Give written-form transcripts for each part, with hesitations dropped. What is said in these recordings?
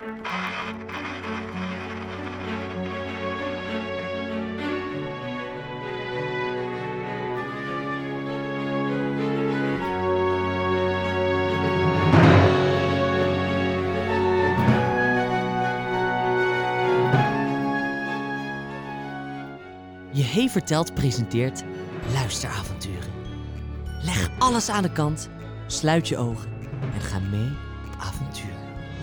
Je Vertelt presenteert luisteravonturen. Leg alles aan de kant, sluit je ogen en ga mee op avontuur.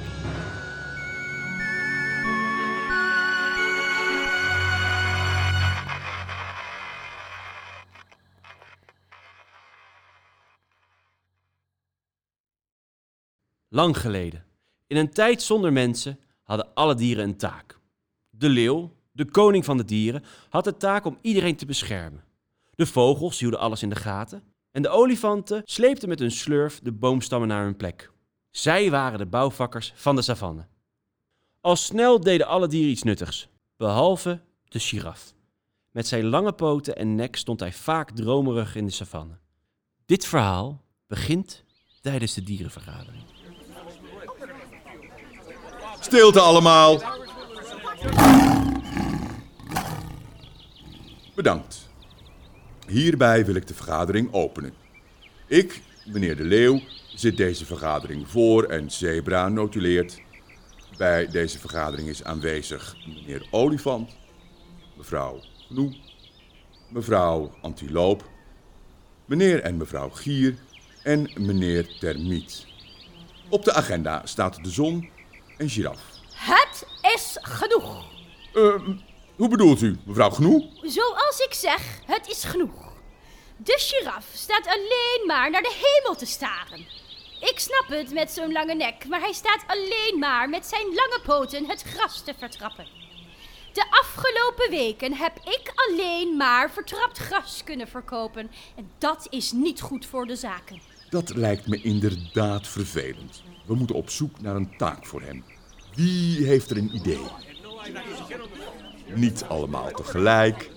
Lang geleden, in een tijd zonder mensen, hadden alle dieren een taak. De leeuw, de koning van de dieren, had de taak om iedereen te beschermen. De vogels hielden alles in de gaten en de olifanten sleepten met hun slurf de boomstammen naar hun plek. Zij waren de bouwvakkers van de savanne. Al snel deden alle dieren iets nuttigs, behalve de giraf. Met zijn lange poten en nek stond hij vaak dromerig in de savanne. Dit verhaal begint tijdens de dierenvergadering. Stilte allemaal! Bedankt. Hierbij wil ik de vergadering openen. Ik, meneer de Leeuw, zit deze vergadering voor en Zebra notuleert. Bij deze vergadering is aanwezig meneer Olifant, mevrouw Gnoe, mevrouw Antiloop, meneer en mevrouw Gier en meneer Termiet. Op de agenda staat de zon en giraf. Het is genoeg. Hoe bedoelt u, mevrouw Gnoe? Zoals ik zeg, het is genoeg. De giraf staat alleen maar naar de hemel te staren. Ik snap het met zo'n lange nek, maar hij staat alleen maar met zijn lange poten het gras te vertrappen. De afgelopen weken heb ik alleen maar vertrapt gras kunnen verkopen. En dat is niet goed voor de zaken. Dat lijkt me inderdaad vervelend. We moeten op zoek naar een taak voor hem. Wie heeft er een idee? Niet allemaal tegelijk.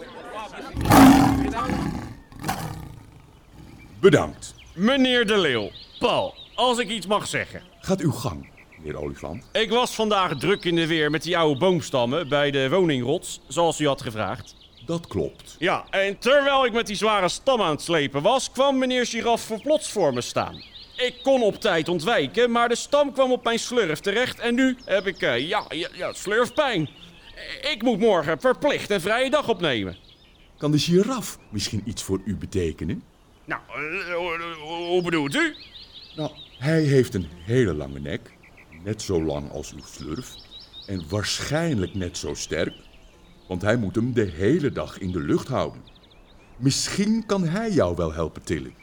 Bedankt. Meneer de Leeuw, Paul, als ik iets mag zeggen. Gaat uw gang, meneer Olifant. Ik was vandaag druk in de weer met die oude boomstammen bij de woningrots, zoals u had gevraagd. Dat klopt. Ja, en terwijl ik met die zware stam aan het slepen was, kwam meneer Giraf plots voor me staan. Ik kon op tijd ontwijken, maar de stam kwam op mijn slurf terecht en nu heb ik, slurfpijn. Ik moet morgen verplicht een vrije dag opnemen. Kan de giraf misschien iets voor u betekenen? Nou, hoe bedoelt u? Nou, hij heeft een hele lange nek, net zo lang als uw slurf, en waarschijnlijk net zo sterk, want hij moet hem de hele dag in de lucht houden. Misschien kan hij jou wel helpen tillen.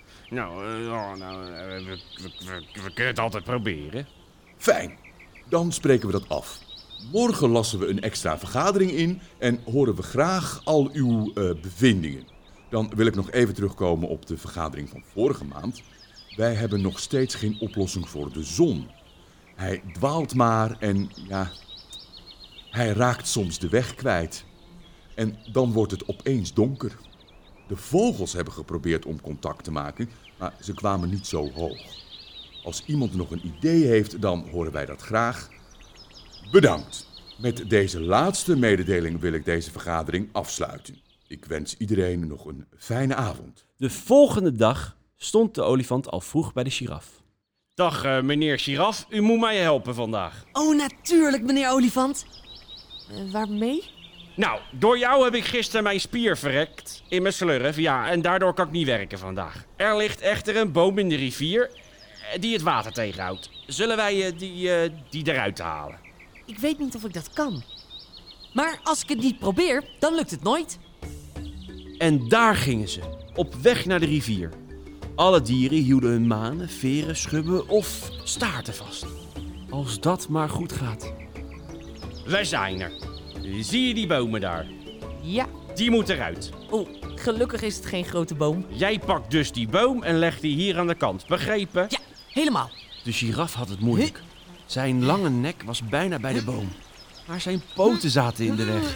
We kunnen het altijd proberen. Fijn, dan spreken we dat af. Morgen lassen we een extra vergadering in en horen we graag al uw bevindingen. Dan wil ik nog even terugkomen op de vergadering van vorige maand. Wij hebben nog steeds geen oplossing voor de zon. Hij dwaalt maar en hij raakt soms de weg kwijt. En dan wordt het opeens donker. De vogels hebben geprobeerd om contact te maken, maar ze kwamen niet zo hoog. Als iemand nog een idee heeft, dan horen wij dat graag. Bedankt. Met deze laatste mededeling wil ik deze vergadering afsluiten. Ik wens iedereen nog een fijne avond. De volgende dag stond de olifant al vroeg bij de giraf. Dag meneer Giraf, u moet mij helpen vandaag. Oh, natuurlijk, meneer Olifant. Waarmee? Nou, door jou heb ik gisteren mijn spier verrekt in mijn slurf, en daardoor kan ik niet werken vandaag. Er ligt echter een boom in de rivier die het water tegenhoudt. Zullen wij die eruit halen? Ik weet niet of ik dat kan. Maar als ik het niet probeer, dan lukt het nooit. En daar gingen ze, op weg naar de rivier. Alle dieren hielden hun manen, veren, schubben of staarten vast. Als dat maar goed gaat. Wij zijn er. Zie je die bomen daar? Ja. Die moet eruit. Oh, gelukkig is het geen grote boom. Jij pakt dus die boom en legt die hier aan de kant, begrepen? Ja, helemaal. De giraf had het moeilijk. Zijn lange nek was bijna bij de boom. Maar zijn poten zaten in de weg.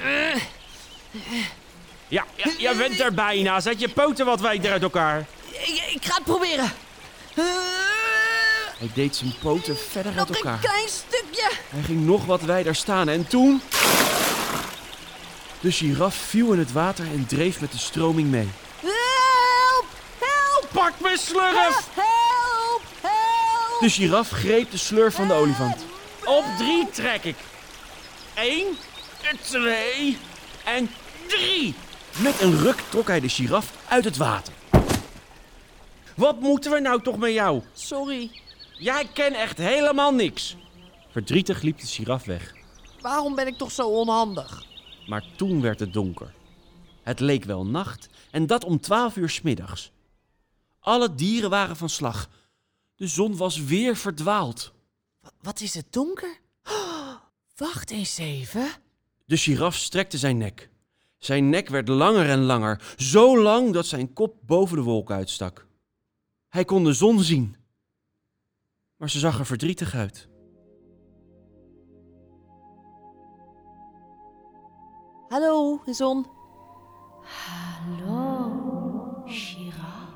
Ja, je bent er bijna. Zet je poten wat wijd uit elkaar. Ik ga het proberen. Hij deed zijn poten verder uit elkaar. Nog een klein stukje. je! Hij ging nog wat wijder staan en toen... De giraf viel in het water en dreef met de stroming mee. Help! Help! Pak mijn slurf! Help! Help! De giraf greep de slurf van de olifant. Op 3 trek ik. 1, 2 en 3. Met een ruk trok hij de giraf uit het water. Wat moeten we nou toch met jou? Sorry, Jij kent echt helemaal niks. Verdrietig liep de giraf weg. waarom ben ik toch zo onhandig? Maar toen werd het donker. Het leek wel nacht en dat om 12 uur 's middags. Alle dieren waren van slag. De zon was weer verdwaald. Wat is het donker? Oh, wacht eens even. De giraf strekte zijn nek. Zijn nek werd langer en langer, zo lang dat zijn kop boven de wolk uitstak. Hij kon de zon zien, maar ze zag er verdrietig uit. Hallo, zon. Hallo, giraf.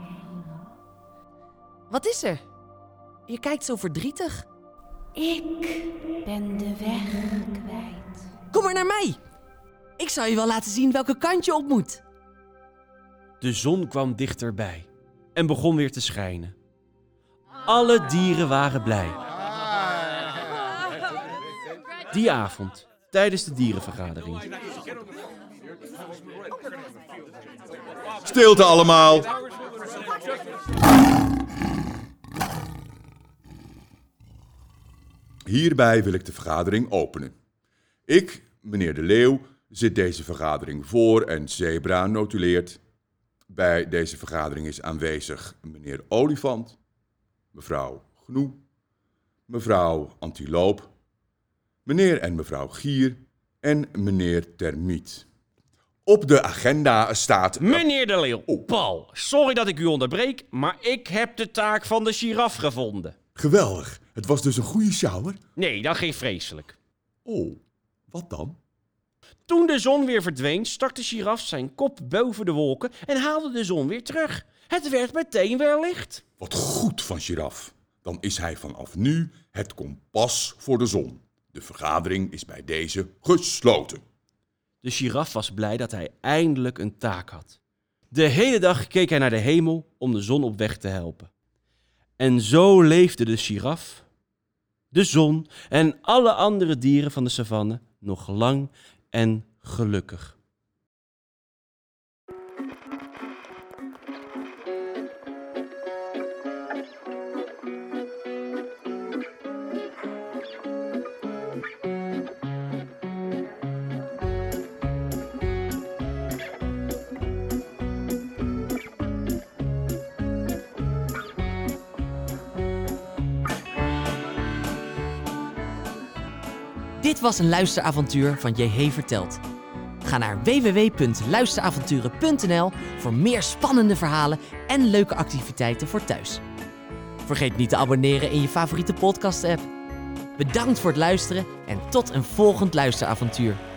Wat is er? Je kijkt zo verdrietig. Ik ben de weg kwijt. Kom maar naar mij. Ik zal je wel laten zien welke kant je op moet. De zon kwam dichterbij en begon weer te schijnen. Alle dieren waren blij. Die avond, tijdens de dierenvergadering. Stilte allemaal! Hierbij wil ik de vergadering openen. Ik, meneer De Leeuw, zit deze vergadering voor en Zebra notuleert. Bij deze vergadering is aanwezig meneer Olifant, mevrouw Gnoe, mevrouw Antiloop, meneer en mevrouw Gier en meneer Termiet. Op de agenda staat... Meneer De Leeuw, Paul, sorry dat ik u onderbreek, maar ik heb de taak van de giraf gevonden. Geweldig, het was dus een goede shower. Nee, dat ging vreselijk. Oh, wat dan? Toen de zon weer verdween, stak de giraf zijn kop boven de wolken en haalde de zon weer terug. Het werd meteen weer licht. Wat goed van Giraf. Dan is hij vanaf nu het kompas voor de zon. De vergadering is bij deze gesloten. De giraf was blij dat hij eindelijk een taak had. De hele dag keek hij naar de hemel om de zon op weg te helpen. En zo leefde de giraf, de zon en alle andere dieren van de savanne nog lang en gelukkig. Dit was een luisteravontuur van JH Vertelt. Ga naar www.luisteravonturen.nl voor meer spannende verhalen en leuke activiteiten voor thuis. Vergeet niet te abonneren in je favoriete podcast-app. Bedankt voor het luisteren en tot een volgend luisteravontuur.